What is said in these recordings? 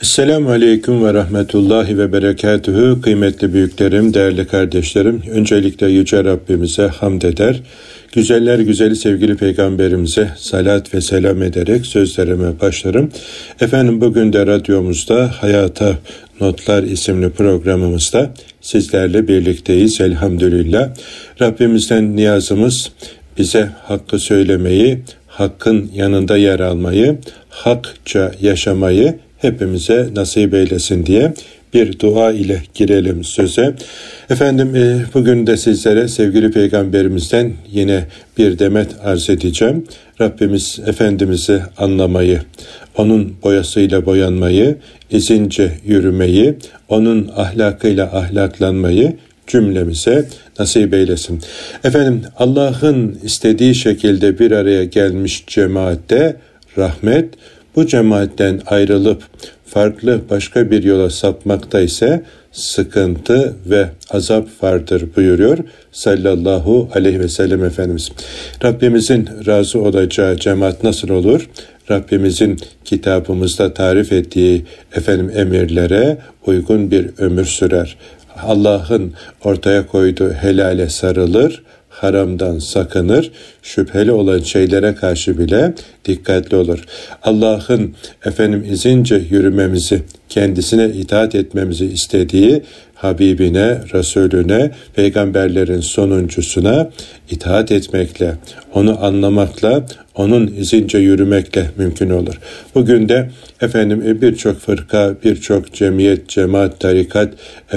Esselamu Aleyküm ve Rahmetullahi ve Berekatühü. Kıymetli büyüklerim, değerli kardeşlerim, öncelikle Yüce Rabbimize hamd eder, güzeller güzeli sevgili Peygamberimize salat ve selam ederek sözlerime başlarım. Efendim, bugün de radyomuzda Hayata Notlar isimli programımızda sizlerle birlikteyiz elhamdülillah. Rabbimizden niyazımız bize hakkı söylemeyi, hakkın yanında yer almayı, hakça yaşamayı hepimize nasip eylesin diye bir dua ile girelim söze. Efendim, bugün de sizlere sevgili Peygamberimizden yine bir demet arz edeceğim. Rabbimiz Efendimiz'i anlamayı, onun boyasıyla boyanmayı, izince yürümeyi, onun ahlakıyla ahlaklanmayı cümlemize nasip eylesin. Efendim, Allah'ın istediği şekilde bir araya gelmiş cemaatte rahmet, bu cemaatten ayrılıp farklı başka bir yola sapmakta ise sıkıntı ve azap vardır buyuruyor sallallahu aleyhi ve sellem Efendimiz. Rabbimizin razı olacağı cemaat nasıl olur? Rabbimizin kitabımızda tarif ettiği emirlere uygun bir ömür sürer. Allah'ın ortaya koyduğu helale sarılır, haramdan sakınır, şüpheli olan şeylere karşı bile dikkatli olur. Allah'ın izince yürümemizi, kendisine itaat etmemizi istediği Habibine, Resulüne, peygamberlerin sonuncusuna itaat etmekle, onu anlamakla, onun izince yürümekle mümkün olur. Bugün de birçok fırka, birçok cemiyet, cemaat, tarikat,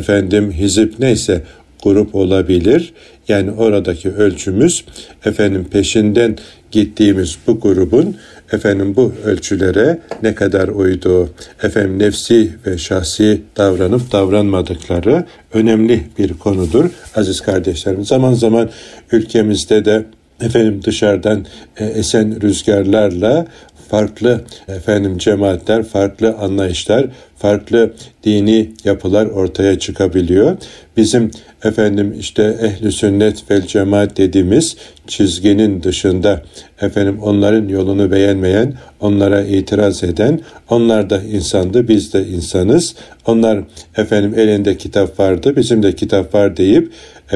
hizip neyse grup olabilir. Yani oradaki ölçümüz peşinden gittiğimiz bu grubun bu ölçülere ne kadar uyduğu, nefsi ve şahsi davranıp davranmadıkları önemli bir konudur aziz kardeşlerim. Zaman zaman ülkemizde de dışarıdan esen rüzgarlarla farklı cemaatler, farklı anlayışlar, farklı dini yapılar ortaya çıkabiliyor. Bizim ehli sünnet vel cemaat dediğimiz çizginin dışında onların yolunu beğenmeyen, onlara itiraz eden, onlar da insandı, biz de insanız. Onlar elinde kitap vardı, bizim de kitap var deyip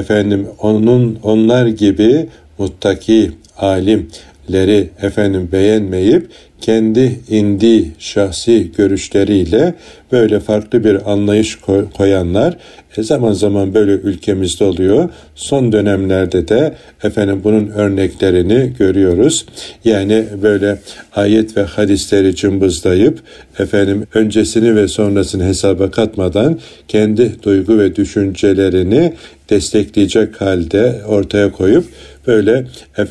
onlar gibi muttaki alimleri beğenmeyip kendi indi şahsi görüşleriyle böyle farklı bir anlayış koyanlar zaman zaman böyle ülkemizde oluyor. Son dönemlerde de bunun örneklerini görüyoruz. Yani böyle ayet ve hadisleri cımbızlayıp öncesini ve sonrasını hesaba katmadan kendi duygu ve düşüncelerini destekleyecek halde ortaya koyup böyle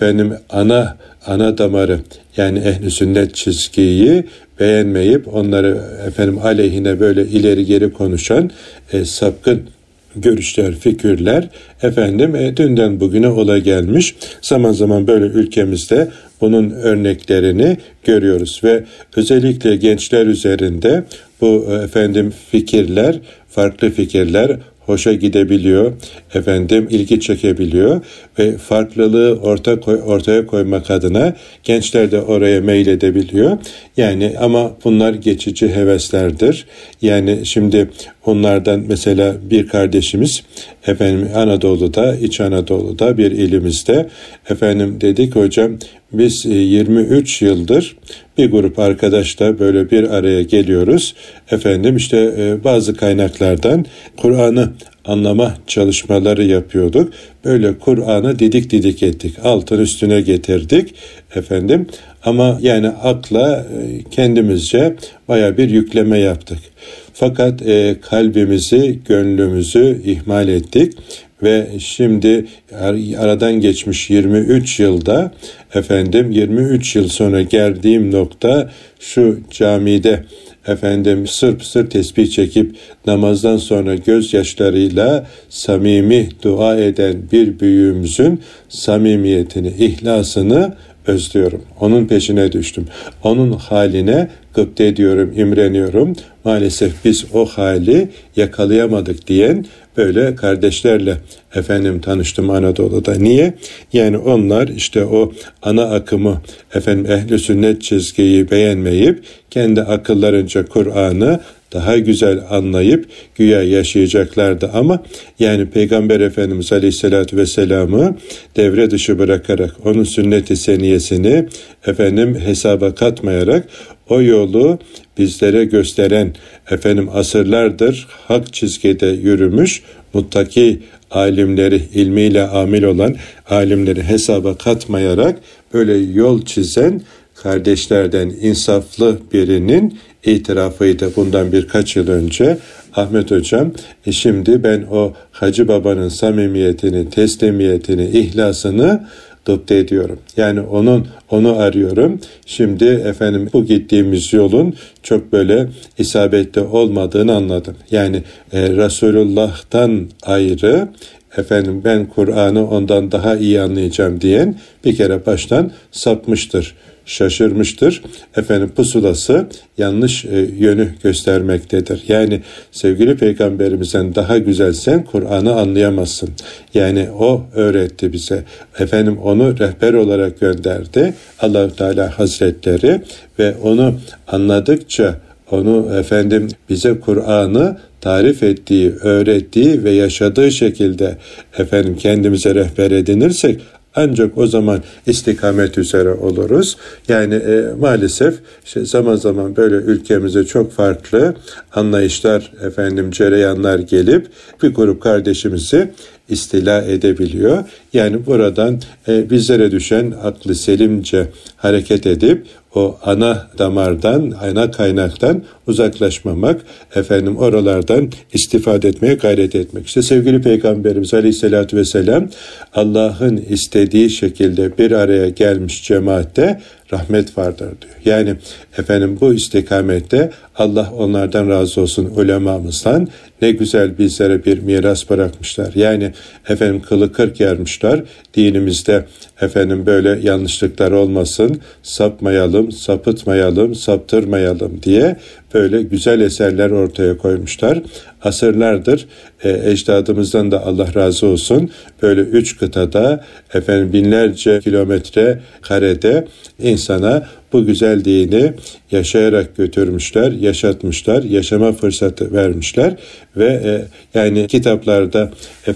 ana damarı, yani ehli sünnet çizgiyi beğenmeyip onları aleyhine böyle ileri geri konuşan sapkın görüşler, fikirler dünden bugüne ola gelmiş. Zaman zaman böyle ülkemizde bunun örneklerini görüyoruz ve özellikle gençler üzerinde bu fikirler, farklı fikirler hoşa gidebiliyor, ilgi çekebiliyor ve farklılığı ortaya koymak adına gençler de oraya meyledebiliyor. Yani ama bunlar geçici heveslerdir. Yani şimdi onlardan mesela bir kardeşimiz Anadolu'da, İç Anadolu'da bir ilimizde dedik hocam biz 23 yıldır bir grup arkadaşla böyle bir araya geliyoruz. Bazı kaynaklardan Kur'an'ı anlama çalışmaları yapıyorduk. Böyle Kur'an'ı didik ettik. Altın üstüne getirdik. Ama yani akla kendimizce baya bir yükleme yaptık. Fakat kalbimizi, gönlümüzü ihmal ettik. Ve şimdi aradan geçmiş 23 yılda 23 yıl sonra geldiğim nokta şu camide sırp tesbih çekip namazdan sonra gözyaşlarıyla samimi dua eden bir büyüğümüzün samimiyetini, ihlasını özlüyorum. Onun peşine düştüm. Onun haline gıpta ediyorum, imreniyorum. Maalesef biz o hali yakalayamadık diyen böyle kardeşlerle tanıştım Anadolu'da. Niye? Yani onlar o ana akımı ehli sünnet çizgiyi beğenmeyip kendi akıllarınca Kur'an'ı daha güzel anlayıp güya yaşayacaklardı ama yani Peygamber Efendimiz Aleyhisselatü Vesselam'ı devre dışı bırakarak onun sünnet-i seniyesini hesaba katmayarak o yolu bizlere gösteren asırlardır hak çizgide yürümüş muttaki alimleri, ilmiyle amil olan alimleri hesaba katmayarak böyle yol çizen kardeşlerden insaflı birinin itirafıydı bundan birkaç yıl önce. Ahmet Hocam, şimdi ben o Hacı Baba'nın samimiyetini, teslimiyetini, ihlasını gıpta ediyorum. Yani onu arıyorum. Şimdi bu gittiğimiz yolun çok böyle isabetli olmadığını anladım. Yani Resulullah'tan ayrı ben Kur'an'ı ondan daha iyi anlayacağım diyen bir kere baştan sapmıştır, şaşırmıştır. Pusulası yanlış yönü göstermektedir. Yani sevgili Peygamberimizden daha güzel sen Kur'an'ı anlayamazsın. Yani o öğretti bize. Onu rehber olarak gönderdi Allah-u Teala Hazretleri ve onu anladıkça onu bize Kur'an'ı tarif ettiği, öğrettiği ve yaşadığı şekilde kendimize rehber edinirsek ancak o zaman istikamet üzere oluruz. Yani maalesef zaman zaman böyle ülkemize çok farklı anlayışlar, cereyanlar gelip bir grup kardeşimizi istila edebiliyor. Yani buradan bizlere düşen aklı selimce hareket edip o ana damardan, ana kaynaktan uzaklaşmamak, oralardan istifade etmeye gayret etmek. İşte sevgili Peygamberimiz Aleyhisselatü Vesselam Allah'ın istediği şekilde bir araya gelmiş cemaatte rahmet vardır diyor. Yani bu istikamette Allah onlardan razı olsun ulemamızdan ne güzel bizlere bir miras bırakmışlar. Yani kılı kırk yarmışlar. Dinimizde böyle yanlışlıklar olmasın, sapmayalım, sapıtmayalım, saptırmayalım diye böyle güzel eserler ortaya koymuşlar. Asırlardır ecdadımızdan da Allah razı olsun böyle 3 kıtada binlerce kilometre karede insana bu güzel dini yaşayarak götürmüşler, yaşatmışlar, yaşama fırsatı vermişler ve yani kitaplarda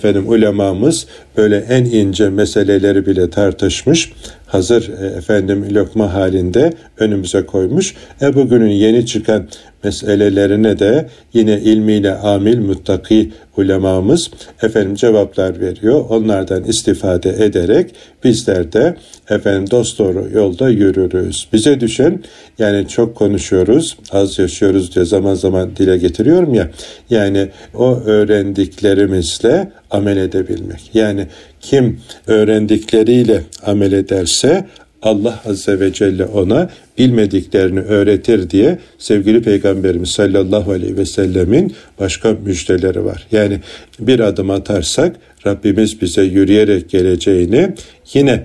ulemamız böyle en ince meseleleri bile tartışmış, hazır lokma halinde önümüze koymuş. Bugünün yeni çıkan meselelerine de yine ilmiyle amil muttaki ulemamız cevaplar veriyor. Onlardan istifade ederek bizler de dosdoğru yolda yürürüz. Bize düşen yani çok konuşuyoruz, az yaşıyoruz diye zaman zaman dile getiriyorum ya. Yani o öğrendiklerimizle amel edebilmek. Yani kim öğrendikleriyle amel ederse Allah Azze ve Celle ona bilmediklerini öğretir diye sevgili Peygamberimiz sallallahu aleyhi ve sellemin başka müjdeleri var. Yani bir adım atarsak Rabbimiz bize yürüyerek geleceğini yine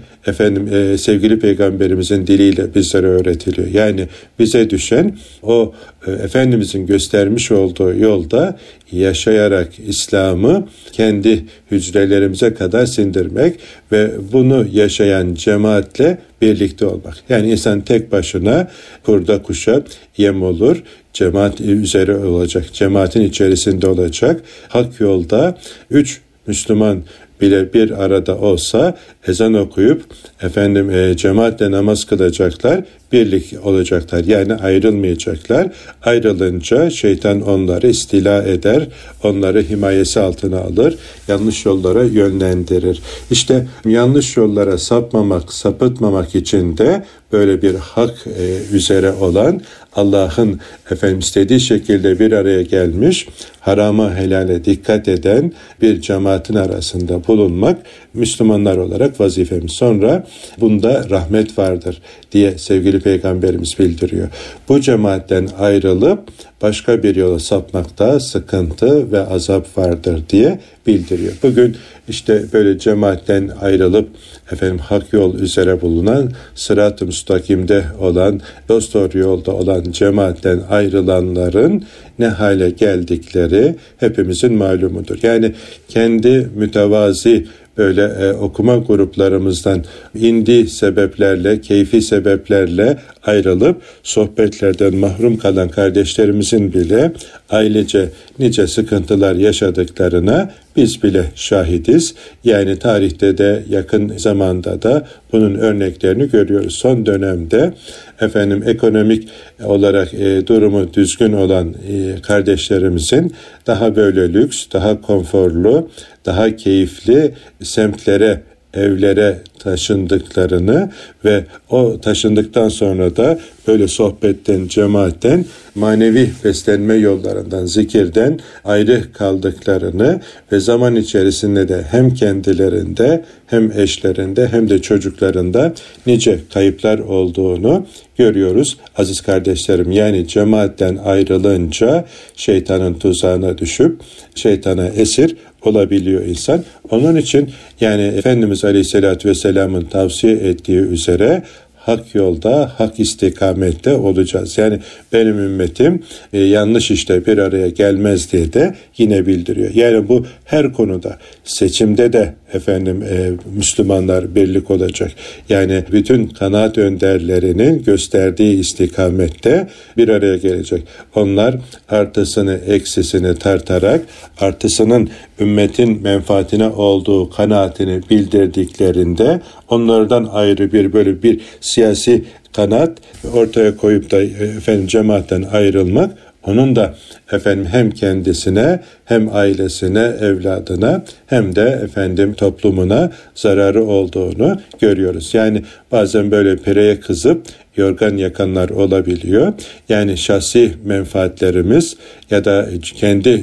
sevgili Peygamberimizin diliyle bizlere öğretiliyor. Yani bize düşen o Efendimizin göstermiş olduğu yolda yaşayarak İslam'ı kendi hücrelerimize kadar sindirmek ve bunu yaşayan cemaatle birlikte olmak. Yani insan tek başına kurda kuşa yem olur. Cemaat üzere olacak. Cemaatin içerisinde olacak. Hak yolda 3 Müslüman bile bir arada olsa ezan okuyup cemaatle namaz kılacaklar, birlik olacaklar. Yani ayrılmayacaklar. Ayrılınca şeytan onları istila eder, onları himayesi altına alır, yanlış yollara yönlendirir. İşte yanlış yollara sapmamak, sapıtmamak için de böyle bir hak üzere olan Allah'ın istediği şekilde bir araya gelmiş, harama helale dikkat eden bir cemaatin arasında bulunmak Müslümanlar olarak vazifemiz. Sonra bunda rahmet vardır diye sevgili Peygamberimiz bildiriyor. Bu cemaatten ayrılıp başka bir yola sapmakta sıkıntı ve azap vardır diye bildiriyor. Bugün işte böyle cemaatten ayrılıp hak yol üzere bulunan, sırat-ı müstakimde olan, dosdoğru yolda olan cemaatten ayrılanların ne hale geldikleri hepimizin malumudur. Yani kendi mütevazi böyle okuma gruplarımızdan indi sebeplerle, keyfi sebeplerle ayrılıp sohbetlerden mahrum kalan kardeşlerimizin bile ailece nice sıkıntılar yaşadıklarına biz bile şahidiz. Yani tarihte de yakın zamanda da bunun örneklerini görüyoruz. Son dönemde ekonomik olarak durumu düzgün olan kardeşlerimizin daha böyle lüks, daha konforlu, daha keyifli semtlere, evlere taşındıklarını ve o taşındıktan sonra da böyle sohbetten, cemaatten, manevi beslenme yollarından, zikirden ayrı kaldıklarını ve zaman içerisinde de hem kendilerinde hem eşlerinde hem de çocuklarında nice kayıplar olduğunu görüyoruz aziz kardeşlerim. Yani cemaatten ayrılınca şeytanın tuzağına düşüp şeytana esir olabiliyor insan. Onun için yani Efendimiz Aleyhisselatü Vesselam'ın tavsiye ettiği üzere hak yolda, hak istikamette olacağız. Yani benim ümmetim yanlış işte bir araya gelmez diye de yine bildiriyor. Yani bu her konuda, seçimde de Müslümanlar birlik olacak. Yani bütün kanaat önderlerinin gösterdiği istikamette bir araya gelecek. Onlar artısını, eksisini tartarak artısının ümmetin menfaatine olduğu kanaatini bildirdiklerinde onlardan ayrı bir siyasi kanaat ortaya koyup da cemaatten ayrılmak onun da hem kendisine hem ailesine, evladına hem de toplumuna zararı olduğunu görüyoruz. Yani bazen böyle pireye kızıp yorgan yakanlar olabiliyor. Yani şahsi menfaatlerimiz ya da kendi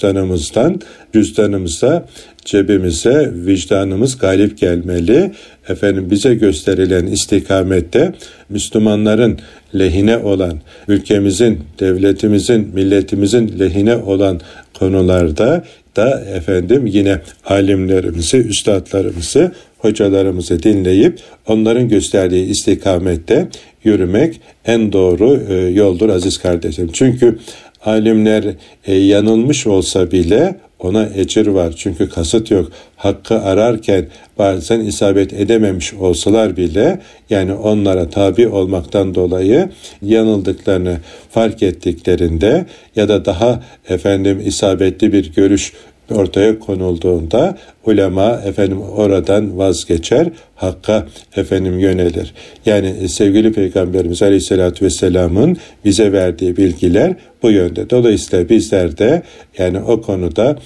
cüzdanımıza, cebimize, vicdanımız galip gelmeli. Bize gösterilen istikamette Müslümanların lehine olan, ülkemizin, devletimizin, milletimizin lehine olan konularda da yine alimlerimizi, üstadlarımızı, hocalarımızı dinleyip onların gösterdiği istikamette yürümek en doğru yoldur aziz kardeşim. Çünkü alimler yanılmış olsa bile ona ecir var. Çünkü kasıt yok. Hakkı ararken bazen isabet edememiş olsalar bile yani onlara tabi olmaktan dolayı yanıldıklarını fark ettiklerinde ya da daha isabetli bir görüş ortaya konulduğunda ulema oradan vazgeçer, hakka yönelir. Yani sevgili Peygamberimiz Aleyhisselatü Vesselam'ın bize verdiği bilgiler bu yönde. Dolayısıyla bizler de yani o konuda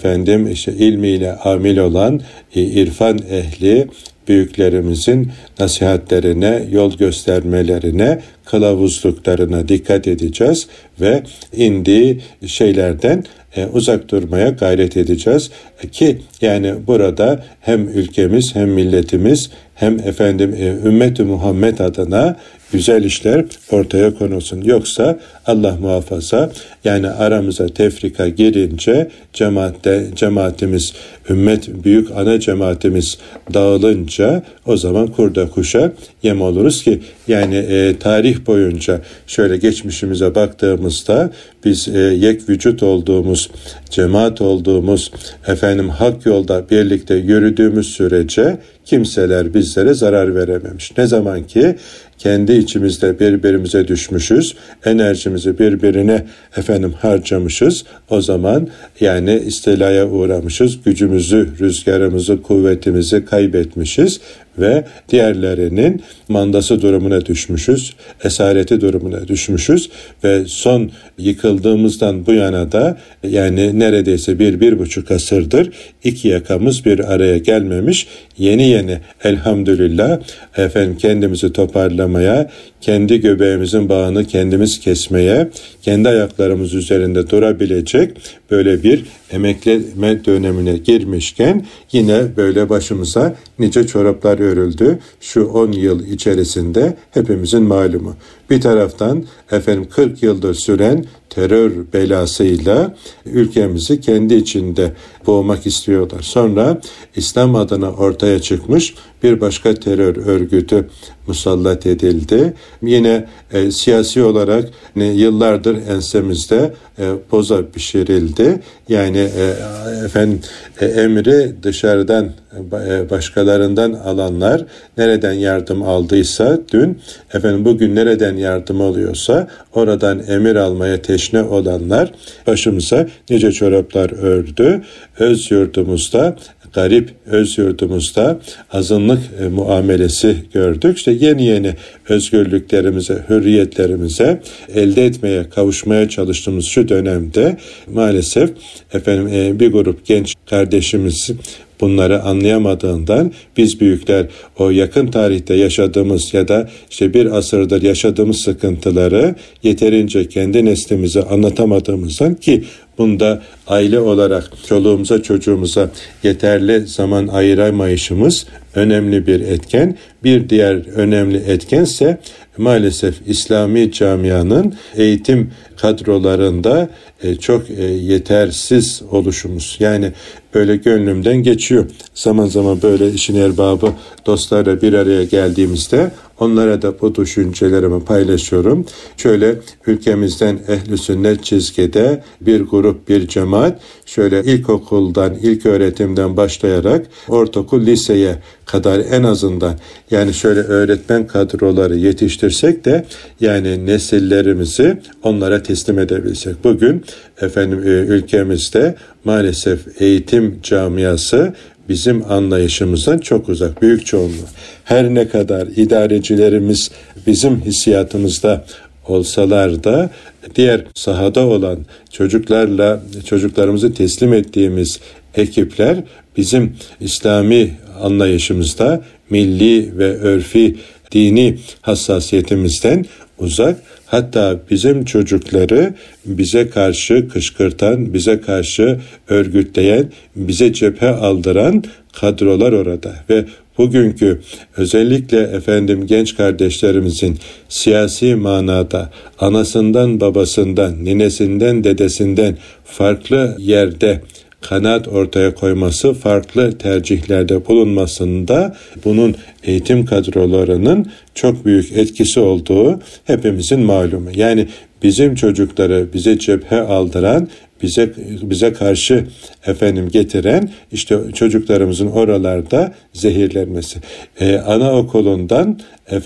ilmiyle amil olan irfan ehli büyüklerimizin nasihatlerine, yol göstermelerine, kılavuzluklarına dikkat edeceğiz ve indiği şeylerden uzak durmaya gayret edeceğiz ki yani burada hem ülkemiz hem milletimiz hem ümmet-i Muhammed adına güzel işler ortaya konulsun. Yoksa Allah muhafaza yani aramıza tefrika girince cemaatimiz, büyük ana cemaatimiz dağılınca o zaman kurda kuşa yem oluruz ki yani tarih boyunca şöyle geçmişimize baktığımızda biz yek vücut olduğumuz, cemaat olduğumuz, hak yolda birlikte yürüdüğümüz sürece kimseler bizlere zarar verememiş. Ne zaman ki kendi içimizde birbirimize düşmüşüz, enerjimizi birbirine harcamışız, o zaman yani istilaya uğramışız, gücümüzü, rüzgarımızı, kuvvetimizi kaybetmişiz ve diğerlerinin mandası durumuna düşmüşüz, esareti durumuna düşmüşüz ve son yıkıldığımızdan bu yana da yani neredeyse 1,5 asırdır iki yakamız bir araya gelmemiş, yeni elhamdülillah kendimizi toparlamaya, kendi göbeğimizin bağını kendimiz kesmeye, kendi ayaklarımız üzerinde durabilecek böyle bir emekleme dönemine girmişken yine böyle başımıza nice çoraplar örüldü. Şu 10 yıl içerisinde hepimizin malumu. Bir taraftan 40 yıldır süren terör belasıyla ülkemizi kendi içinde boğmak istiyorlar. Sonra İslam adına ortaya çıkmış bir başka terör örgütü musallat edildi. Yine siyasi olarak yıllardır ensemizde boza pişirildi. Yani emri dışarıdan başkalarından alanlar nereden yardım aldıysa dün, bugün nereden yardım alıyorsa oradan emir almaya teşne olanlar başımıza nice çoraplar ördü. Öz yurdumuzda, garip öz yurdumuzda azınlık muamelesi gördük. İşte yeni özgürlüklerimize, hürriyetlerimize elde etmeye, kavuşmaya çalıştığımız şu dönemde maalesef bir grup genç kardeşimiz bunları anlayamadığından biz büyükler o yakın tarihte yaşadığımız ya da bir asırdır yaşadığımız sıkıntıları yeterince kendi neslimize anlatamadığımızdan, ki bunda aile olarak çoluğumuza çocuğumuza yeterli zaman ayıramayışımız önemli bir etken. Bir diğer önemli etkense maalesef İslami camianın eğitim kadrolarında çok yetersiz oluşumuz. Yani böyle gönlümden geçiyor. Zaman zaman böyle işin erbabı dostlarla bir araya geldiğimizde onlara da bu düşüncelerimi paylaşıyorum. Şöyle ülkemizden ehl-i sünnet çizgide bir grup, bir cemaat şöyle ilkokuldan, ilk öğretimden başlayarak ortaokul, liseye kadar en azından yani şöyle öğretmen kadroları yetiştirsek de yani nesillerimizi onlara teslim edebilsek. Bugün ülkemizde maalesef eğitim camiası bizim anlayışımızdan çok uzak, büyük çoğunluğu. Her ne kadar idarecilerimiz bizim hissiyatımızda olsalar da diğer sahada olan çocuklarımızı teslim ettiğimiz ekipler bizim İslami anlayışımızda milli ve örfi dini hassasiyetimizden uzak. Hatta bizim çocukları bize karşı kışkırtan, bize karşı örgütleyen, bize cephe aldıran kadrolar orada ve bugünkü özellikle genç kardeşlerimizin siyasi manada anasından, babasından, ninesinden, dedesinden farklı yerde kanaat ortaya koyması, farklı tercihlerde bulunmasında bunun eğitim kadrolarının çok büyük etkisi olduğu hepimizin malumu. Yani bizim çocukları bize cephe aldıran, bize karşı getiren çocuklarımızın oralarda zehirlenmesi. Anaokulundan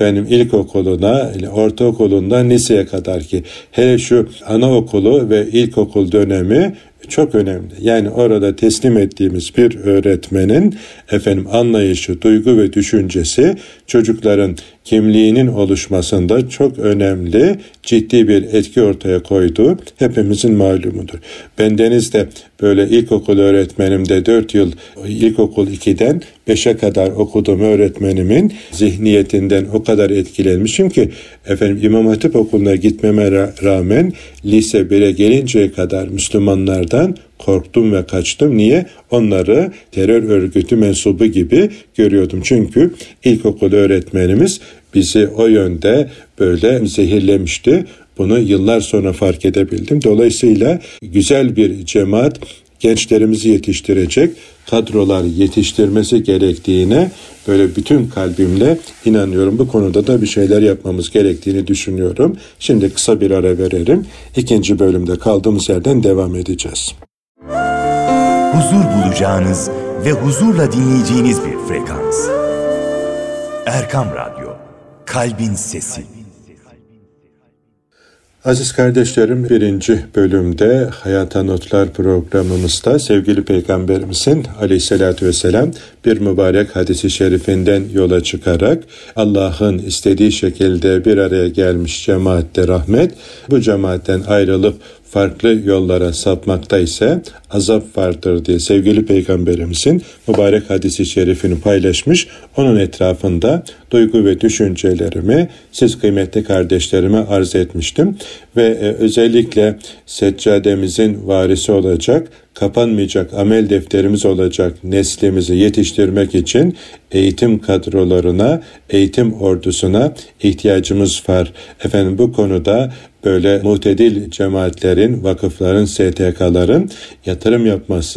ilkokuluna, ortaokulundan liseye kadar ki hele şu anaokulu ve ilkokul dönemi çok önemli. Yani orada teslim ettiğimiz bir öğretmenin anlayışı, duygu ve düşüncesi çocukların kimliğinin oluşmasında çok önemli, ciddi bir etki ortaya koyduğu hepimizin malumudur. Bendeniz de böyle ilkokul öğretmenim de 4 yıl ilkokul 2'den 5'e kadar okuduğum öğretmenimin zihniyetinden o kadar etkilenmişim ki İmam Hatip Okulu'na gitmeme rağmen lise 1'e gelinceye kadar Müslümanlardan korktum ve kaçtım. Niye? Onları terör örgütü mensubu gibi görüyordum. Çünkü ilkokul öğretmenimiz bizi o yönde böyle zehirlemişti. Bunu yıllar sonra fark edebildim. Dolayısıyla güzel bir cemaat gençlerimizi yetiştirecek kadrolar yetiştirmesi gerektiğine böyle bütün kalbimle inanıyorum. Bu konuda da bir şeyler yapmamız gerektiğini düşünüyorum. Şimdi kısa bir ara verelim. 2. bölümde kaldığımız yerden devam edeceğiz. Huzur bulacağınız ve huzurla dinleyeceğiniz bir frekans. Erkam Radyo, Kalbin Sesi. Aziz kardeşlerim, 1. bölümde Hayata Notlar programımızda sevgili Peygamberimizin aleyhissalatü vesselam bir mübarek hadisi şerifinden yola çıkarak Allah'ın istediği şekilde bir araya gelmiş cemaatte rahmet, bu cemaatten ayrılıp farklı yollara sapmakta ise azap vardır diye sevgili Peygamberimizin mübarek hadisi şerifini paylaşmış. Onun etrafında duygu ve düşüncelerimi siz kıymetli kardeşlerime arz etmiştim. Ve özellikle seccademizin varisi olacak, kapanmayacak amel defterimiz olacak neslimizi yetiştirmek için eğitim kadrolarına, eğitim ordusuna ihtiyacımız var. Bu konuda böyle muhtedil cemaatlerin, vakıfların, STK'ların yatırım yapması,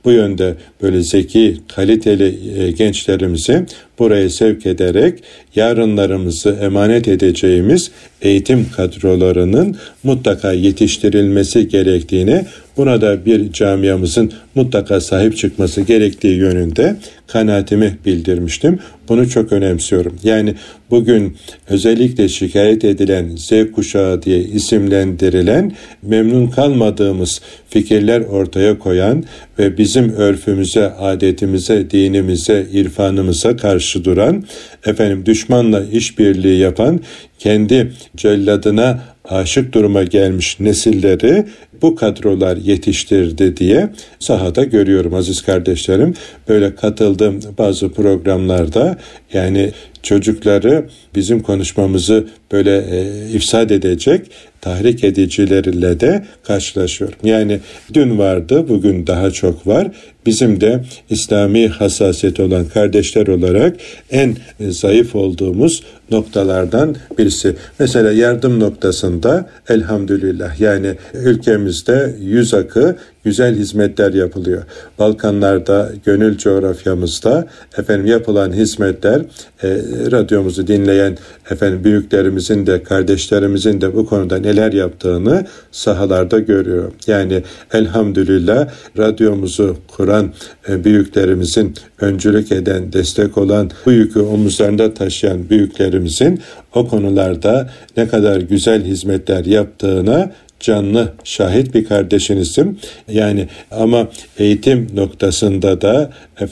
bu yönde böyle zeki, kaliteli gençlerimizi buraya sevk ederek yarınlarımızı emanet edeceğimiz eğitim kadrolarının mutlaka yetiştirilmesi gerektiğini, buna da bir camiamızın mutlaka sahip çıkması gerektiği yönünde kanaatimi bildirmiştim. Bunu çok önemsiyorum. Yani bugün özellikle şikayet edilen Z kuşağı diye isimlendirilen, memnun kalmadığımız fikirler ortaya koyan ve bizim örfümüze, adetimize, dinimize, irfanımıza karşı duran, düşmanla işbirliği yapan, kendi celladına aşık duruma gelmiş nesilleri bu kadrolar yetiştirdi diye sahada görüyorum aziz kardeşlerim. Böyle katıldığım bazı programlarda yani çocukları bizim konuşmamızı böyle ifsad edecek, tahrik edicilerle de karşılaşıyorum. Yani dün vardı, bugün daha çok var. Bizim de İslami hassasiyeti olan kardeşler olarak en zayıf olduğumuz noktalardan birisi. Mesela yardım noktasında elhamdülillah yani ülkemizde yüz akı güzel hizmetler yapılıyor. Balkanlarda, gönül coğrafyamızda yapılan hizmetler, radyomuzu dinleyen büyüklerimizin de kardeşlerimizin de bu konuda neler yaptığını sahalarda görüyorum. Yani elhamdülillah radyomuzu kuran büyüklerimizin, öncülük eden, destek olan, bu yükü omuzlarında taşıyan büyüklerimizin o konularda ne kadar güzel hizmetler yaptığına canlı şahit bir kardeşinizim. Yani ama eğitim noktasında da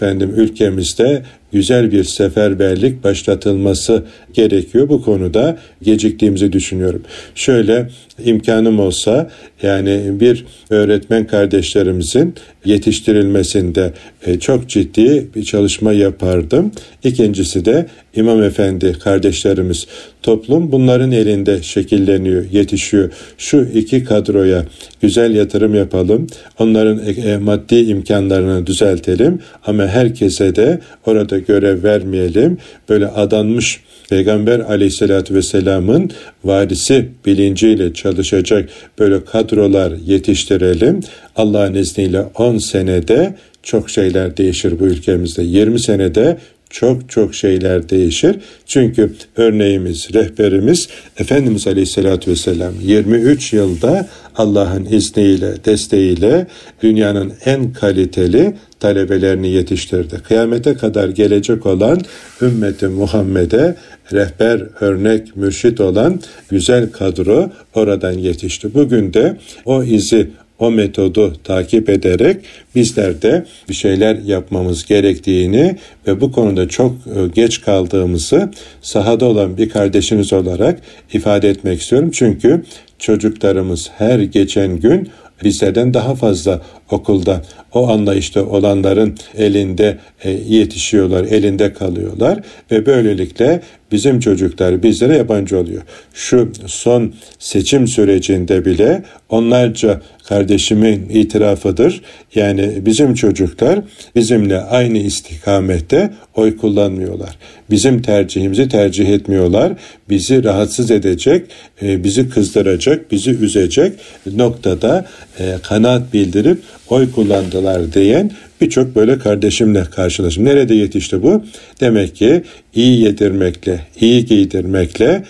ülkemizde güzel bir seferberlik başlatılması gerekiyor. Bu konuda geciktiğimizi düşünüyorum. Şöyle imkanım olsa yani bir öğretmen kardeşlerimizin yetiştirilmesinde çok ciddi bir çalışma yapardım. İkincisi de İmam Efendi kardeşlerimiz, toplum bunların elinde şekilleniyor, yetişiyor. Şu iki kadroya güzel yatırım yapalım. Onların maddi imkanlarını düzeltelim ama herkese de orada görev vermeyelim. Böyle adanmış Peygamber Aleyhisselatü Vesselam'ın varisi bilinciyle çalışacak böyle kadrolar yetiştirelim. Allah'ın izniyle 10 senede çok şeyler değişir bu ülkemizde. 20 senede çok şeyler değişir. Çünkü örneğimiz, rehberimiz Efendimiz Aleyhisselatü Vesselam 23 yılda Allah'ın izniyle, desteğiyle dünyanın en kaliteli talebelerini yetiştirdi. Kıyamete kadar gelecek olan ümmeti Muhammed'e rehber, örnek, mürşit olan güzel kadro oradan yetişti. Bugün de o izi, o metodu takip ederek bizler de bir şeyler yapmamız gerektiğini ve bu konuda çok geç kaldığımızı sahada olan bir kardeşiniz olarak ifade etmek istiyorum. Çünkü çocuklarımız her geçen gün bizlerden daha fazla okulda o anlayışta olanların elinde yetişiyorlar, elinde kalıyorlar ve böylelikle bizim çocuklar bizlere yabancı oluyor. Şu son seçim sürecinde bile onlarca kardeşimin itirafıdır. Yani bizim çocuklar bizimle aynı istikamette oy kullanmıyorlar. Bizim tercihimizi tercih etmiyorlar. Bizi rahatsız edecek, bizi kızdıracak, bizi üzecek noktada kanaat bildirip oy kullandılar diyen birçok böyle kardeşimle karşılaştım. Nerede yetişti bu? Demek ki iyi yedirmekle, iyi giydirmekle,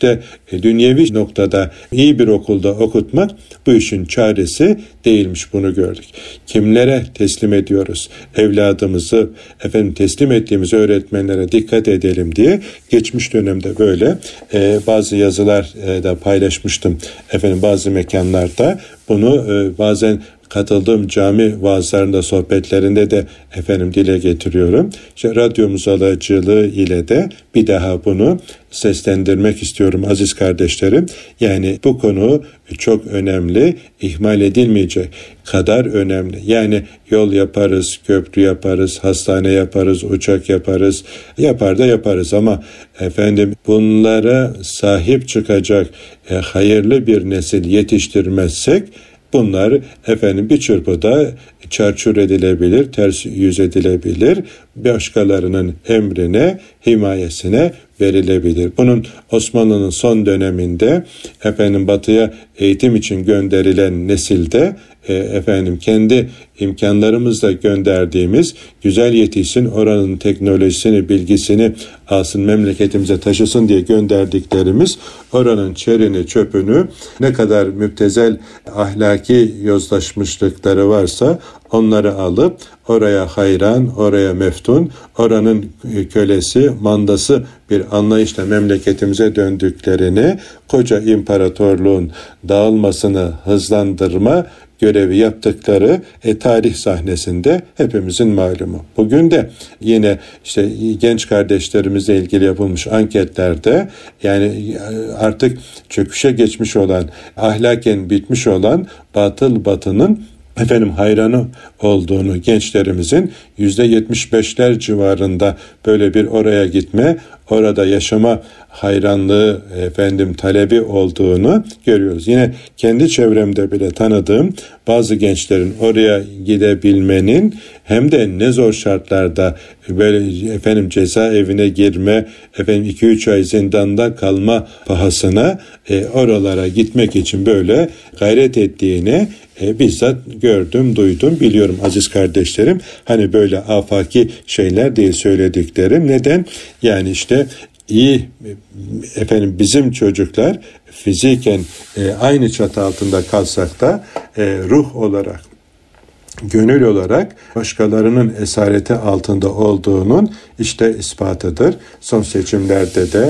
dünyevi noktada iyi bir okulda okutmak bu işin çaresi değilmiş, bunu gördük. Kimlere teslim ediyoruz? Evladımızı, teslim ettiğimiz öğretmenlere dikkat edelim diye geçmiş dönemde böyle bazı yazılar da paylaşmıştım. Bazı mekanlarda bunu bazen katıldığım cami vaazlarında, sohbetlerinde de dile getiriyorum. Radyomuz aracılığı ile de bir daha bunu seslendirmek istiyorum aziz kardeşlerim. Yani bu konu çok önemli, ihmal edilmeyecek kadar önemli. Yani yol yaparız, köprü yaparız, hastane yaparız, uçak yaparız, yaparız ama bunlara sahip çıkacak hayırlı bir nesil yetiştirmezsek bunlar bir çırpıda çarçur edilebilir, ters yüz edilebilir, başkalarının emrine, himayesine verilebilir. Bunun Osmanlı'nın son döneminde batıya eğitim için gönderilen nesilde kendi imkanlarımızla gönderdiğimiz güzel yetişsin, oranın teknolojisini, bilgisini alsın, memleketimize taşısın diye gönderdiklerimiz oranın çerini, çöpünü, ne kadar müptezel ahlaki yozlaşmışlıkları varsa onları alıp oraya hayran, oraya meftun, oranın kölesi, mandası bir anlayışla memleketimize döndüklerini, koca imparatorluğun dağılmasını hızlandırma görevi yaptıkları tarih sahnesinde hepimizin malumu. Bugün de yine genç kardeşlerimizle ilgili yapılmış anketlerde artık çöküşe geçmiş olan, ahlaken bitmiş olan batının hayranı olduğunu, gençlerimizin %75'ler civarında böyle bir oraya gitme, orada yaşama hayranlığı, talebi olduğunu görüyoruz. Yine kendi çevremde bile tanıdığım bazı gençlerin oraya gidebilmenin hem de ne zor şartlarda böyle cezaevine girme, 2-3 ay zindanda kalma pahasına oralara gitmek için böyle gayret ettiğini bizzat gördüm, duydum, biliyorum aziz kardeşlerim. Hani böyle afaki şeyler değil söylediklerim. Neden? İyi bizim çocuklar fiziken aynı çatı altında kalsak da ruh olarak, gönül olarak başkalarının esareti altında olduğunun ispatıdır. Son seçimlerde de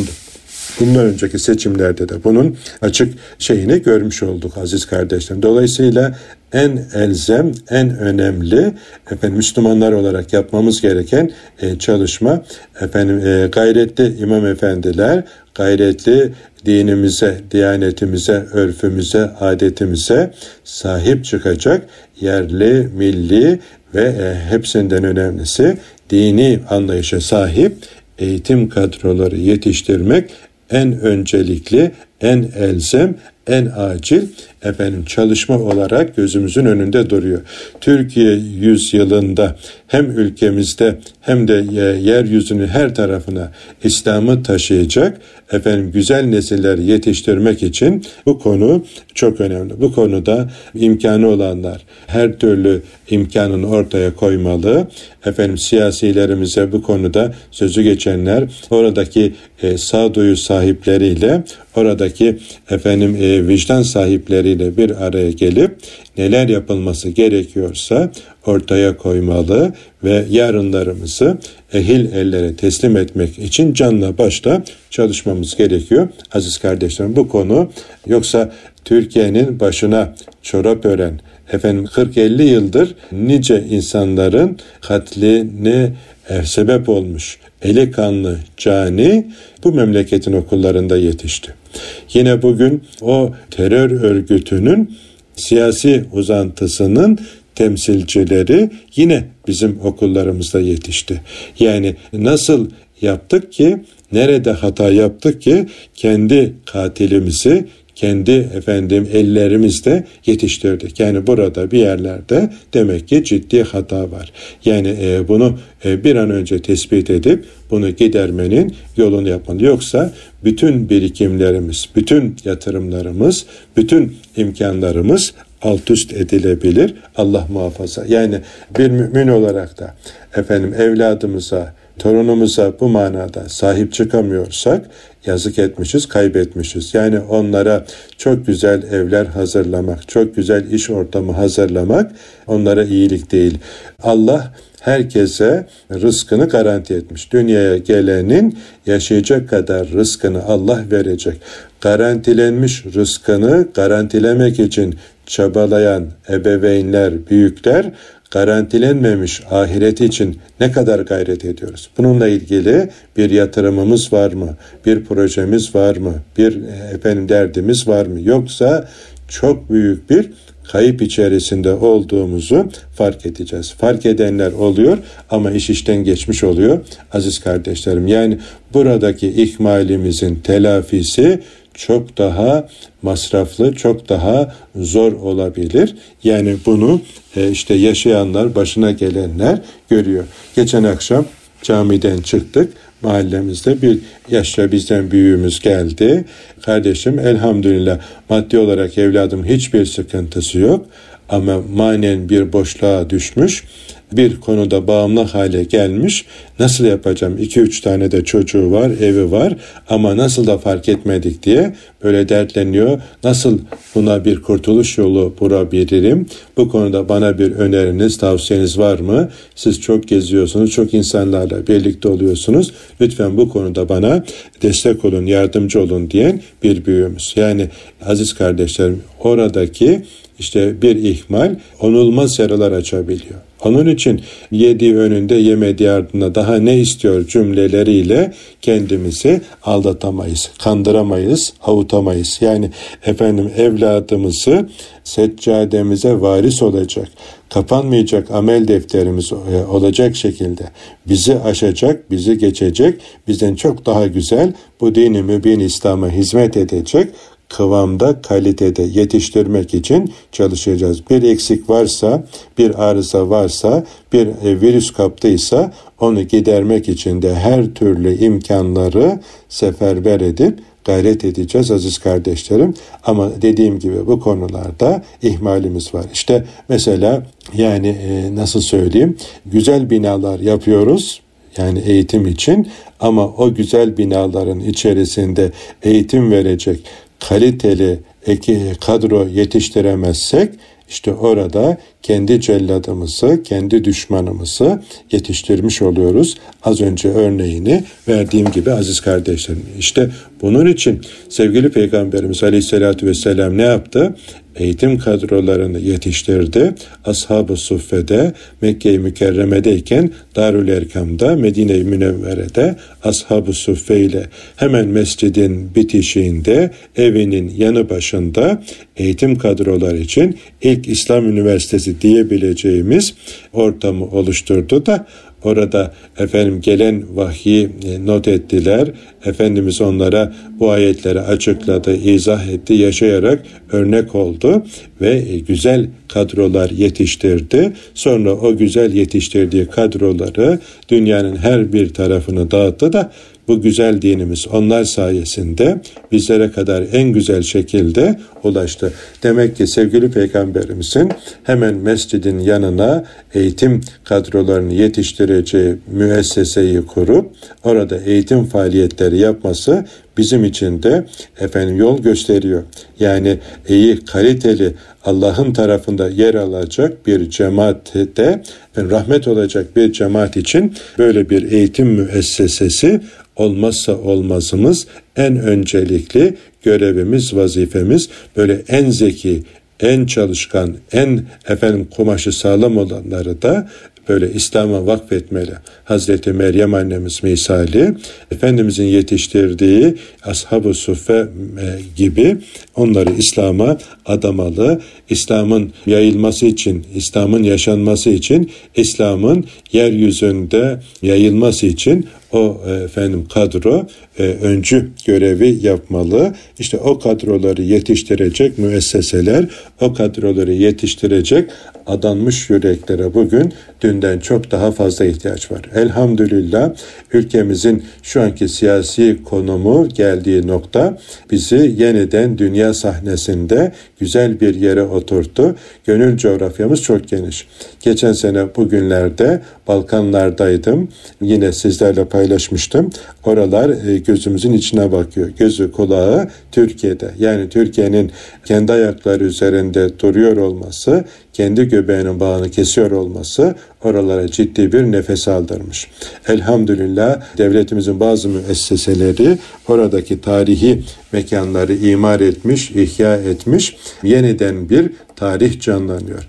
bundan önceki seçimlerde de bunun açık şeyini görmüş olduk aziz kardeşlerim. Dolayısıyla en elzem, en önemli Müslümanlar olarak yapmamız gereken çalışma gayretli imam efendiler, gayretli dinimize, diyanetimize, örfümüze, adetimize sahip çıkacak yerli, milli ve hepsinden önemlisi dini anlayışa sahip eğitim kadroları yetiştirmek en öncelikli, en elzem, en acil çalışma olarak gözümüzün önünde duruyor. Türkiye yüzyılında hem ülkemizde hem de yeryüzünün her tarafına İslam'ı taşıyacak güzel nesiller yetiştirmek için bu konu çok önemli. Bu konuda imkanı olanlar her türlü imkanını ortaya koymalı. Siyasilerimize bu konuda sözü geçenler oradaki sağduyu sahipleriyle, oradaki vicdan sahipleriyle bir araya gelip neler yapılması gerekiyorsa ortaya koymalı ve yarınlarımızı ehil ellere teslim etmek için canla başla çalışmamız gerekiyor. Aziz kardeşlerim, bu konu yoksa Türkiye'nin başına çorap ören 40-50 yıldır nice insanların katline sebep olmuş eli kanlı cani bu memleketin okullarında yetişti. Yine bugün o terör örgütünün siyasi uzantısının temsilcileri yine bizim okullarımızda yetişti. Yani nasıl yaptık ki, nerede hata yaptık ki kendi katilimizi kendi ellerimizde yetiştirdik. Yani burada bir yerlerde demek ki ciddi hata var. Yani bunu bir an önce tespit edip bunu gidermenin yolunu yapmalı. Yoksa bütün birikimlerimiz, bütün yatırımlarımız, bütün imkanlarımız alt üst edilebilir. Allah muhafaza. Yani bir mümin olarak da evladımıza, torunumuza bu manada sahip çıkamıyorsak yazık etmişiz, kaybetmişiz. Yani onlara çok güzel evler hazırlamak, çok güzel iş ortamı hazırlamak onlara iyilik değil. Allah herkese rızkını garanti etmiş. Dünyaya gelenin yaşayacak kadar rızkını Allah verecek. Garantilenmiş rızkını garantilemek için çabalayan ebeveynler, büyükler, garantilenmemiş ahiret için ne kadar gayret ediyoruz? Bununla ilgili bir yatırımımız var mı? Bir projemiz var mı? Bir derdimiz var mı? Yoksa çok büyük bir kayıp içerisinde olduğumuzu fark edeceğiz. Fark edenler oluyor ama iş işten geçmiş oluyor aziz kardeşlerim. Yani buradaki ihmalimizin telafisi çok daha masraflı, çok daha zor olabilir. Yani bunu yaşayanlar, başına gelenler görüyor. Geçen akşam camiden çıktık. Mahallemizde bir yaşça bizden büyüğümüz geldi. Kardeşim elhamdülillah maddi olarak evladım hiçbir sıkıntısı yok. Ama manen bir boşluğa düşmüş. Bir konuda bağımlı hale gelmiş. Nasıl yapacağım? 2-3 tane de çocuğu var, evi var ama nasıl da fark etmedik diye böyle dertleniyor. Nasıl buna bir kurtuluş yolu bulabilirim? Bu konuda bana bir öneriniz, tavsiyeniz var mı? Siz çok geziyorsunuz, çok insanlarla birlikte oluyorsunuz. Lütfen bu konuda bana destek olun, yardımcı olun diyen bir büyüğümüz. Yani aziz kardeşlerim, oradaki İşte bir ihmal onulmaz yaralar açabiliyor. Onun için yediği önünde yemediği ardında daha ne istiyor cümleleriyle kendimizi aldatamayız, kandıramayız, avutamayız. Yani evladımızı seccademize varis olacak, kapanmayacak amel defterimiz olacak şekilde bizi aşacak, bizi geçecek, bizden çok daha güzel bu dini mübin İslam'a hizmet edecek kıvamda, kalitede yetiştirmek için çalışacağız. Bir eksik varsa, bir arıza varsa, bir virüs kaptıysa onu gidermek için de her türlü imkanları seferber edip gayret edeceğiz aziz kardeşlerim. Ama dediğim gibi bu konularda ihmalimiz var. İşte mesela nasıl söyleyeyim, güzel binalar yapıyoruz. Yani eğitim için ama o güzel binaların içerisinde eğitim verecek kaliteli kadro yetiştiremezsek işte orada kendi celladımızı, kendi düşmanımızı yetiştirmiş oluyoruz. Az önce örneğini verdiğim gibi aziz kardeşlerim. İşte bunun için sevgili Peygamberimiz Aleyhisselatü Vesselam ne yaptı? Eğitim kadrolarını yetiştirdi. Ashab-ı Suffe'de, Mekke-i Mükerreme'deyken Darül Erkam'da, Medine-i Münevvere'de Ashab-ı Suffe ile hemen mescidin bitişiğinde, evinin yanı başında eğitim kadroları için ilk İslam Üniversitesi diyebileceğimiz ortamı oluşturdu da orada gelen vahyi not ettiler. Efendimiz onlara bu ayetleri açıkladı, izah etti, yaşayarak örnek oldu ve güzel kadrolar yetiştirdi. Sonra o güzel yetiştirdiği kadroları dünyanın her bir tarafını dağıttı da bu güzel dinimiz onlar sayesinde bizlere kadar en güzel şekilde ulaştı. Demek ki sevgili Peygamberimizin hemen mescidin yanına eğitim kadrolarını yetiştireceği müesseseyi kurup orada eğitim faaliyetleri yapması bizim için de yol gösteriyor. Yani iyi, kaliteli, Allah'ın tarafında yer alacak bir cemaatte rahmet olacak bir cemaat için böyle bir eğitim müessesesi olmazsa olmazımız, en öncelikli görevimiz, vazifemiz. Böyle en zeki, en çalışkan, en kumaşı sağlam olanları da böyle İslam'a vakfetmeli. Hazreti Meryem annemiz misali, Efendimizin yetiştirdiği Ashab-ı Suffe gibi onları İslam'a adamalı. İslam'ın yayılması için, İslam'ın yaşanması için, İslam'ın yeryüzünde yayılması için o kadro öncü görevi yapmalı. İşte o kadroları yetiştirecek müesseseler, o kadroları yetiştirecek adanmış yüreklere bugün dünden çok daha fazla ihtiyaç var. Elhamdülillah ülkemizin şu anki siyasi konumu, geldiği nokta bizi yeniden dünya sahnesinde güzel bir yere oturttu. Gönül coğrafyamız çok geniş. Geçen sene bugünlerde Balkanlardaydım. Yine sizlerle paylaşmıştım. Oralar gözümüzün içine bakıyor. Gözü kulağı Türkiye'de. Yani Türkiye'nin kendi ayakları üzerinde duruyor olması, kendi göbeğinin bağını kesiyor olması oralara ciddi bir nefes aldırmış. Elhamdülillah devletimizin bazı müesseseleri oradaki tarihi mekanları imar etmiş, ihya etmiş. Yeniden bir tarih canlanıyor.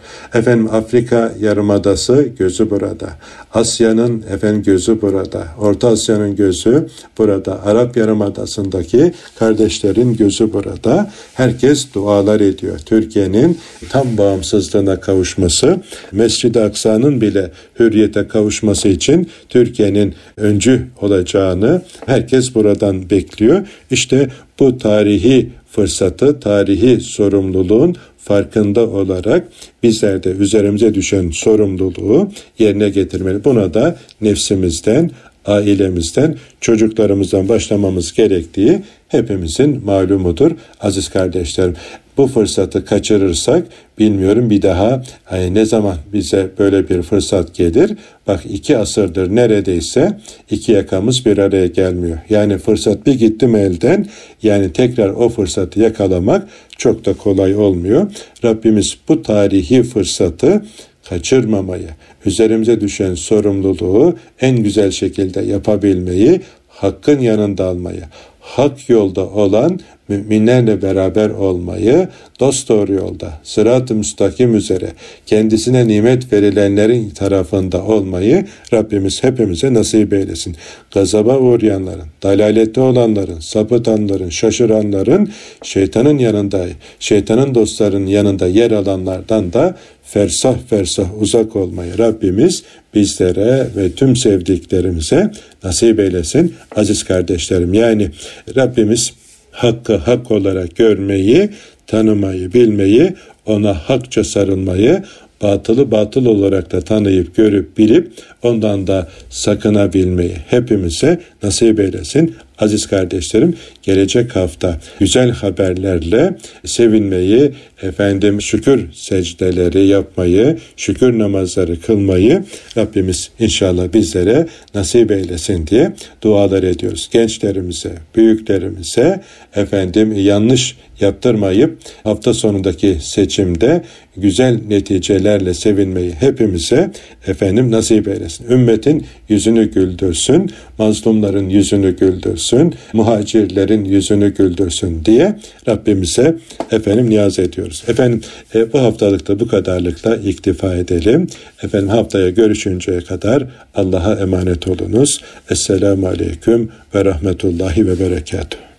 Afrika Yarımadası gözü burada. Asya'nın gözü burada. Orta Asya'nın gözü burada. Arap Yarımadası'ndaki kardeşlerin gözü burada. Herkes dualar ediyor. Türkiye'nin tam bağımsızlığına kavuşması, Mescid-i Aksa'nın bile hürriyete kavuşması için Türkiye'nin öncü olacağını herkes buradan bekliyor. İşte bu tarihi fırsatı, tarihi sorumluluğun farkında olarak bizler de üzerimize düşen sorumluluğu yerine getirmeli. Buna da nefsimizden, ailemizden, çocuklarımızdan başlamamız gerektiği hepimizin malumudur aziz kardeşlerim. Bu fırsatı kaçırırsak bilmiyorum bir daha ne zaman bize böyle bir fırsat gelir. Bak 2 asırdır neredeyse 2 yakamız bir araya gelmiyor. Yani fırsat bir gitti mi elden, yani tekrar o fırsatı yakalamak çok da kolay olmuyor. Rabbimiz bu tarihi fırsatı kaçırmamayı, üzerimize düşen sorumluluğu en güzel şekilde yapabilmeyi, hakkın yanında almayı, hak yolda olan müminlerle beraber olmayı, dosdoğru yolda, sırat-ı müstakim üzere kendisine nimet verilenlerin tarafında olmayı Rabbimiz hepimize nasip eylesin. Gazaba uğrayanların, dalalette olanların, sapıtanların, şaşıranların, şeytanın yanında, şeytanın dostlarının yanında yer alanlardan da fersah fersah uzak olmayı Rabbimiz bizlere ve tüm sevdiklerimize nasip eylesin aziz kardeşlerim. Yani Rabbimiz hakkı hak olarak görmeyi, tanımayı, bilmeyi, ona hakça sarılmayı, batılı batıl olarak da tanıyıp, görüp, bilip ondan da sakınabilmeyi hepimize nasip eylesin. Aziz kardeşlerim, gelecek hafta güzel haberlerle sevinmeyi, şükür secdeleri yapmayı, şükür namazları kılmayı Rabbimiz inşallah bizlere nasip eylesin diye dualar ediyoruz. Gençlerimize, büyüklerimize yanlış yaptırmayıp hafta sonundaki seçimde güzel neticelerle sevinmeyi hepimize nasip eylesin. Ümmetin yüzünü güldürsün, mazlumların yüzünü güldürsün, muhacirlerin yüzünü güldürsün diye Rabbimize niyaz ediyoruz. Bu haftalıkta bu kadarlıkla iktifa edelim. Haftaya görüşünceye kadar Allah'a emanet olunuz. Esselamu Aleyküm ve Rahmetullahi ve Berekatuhu.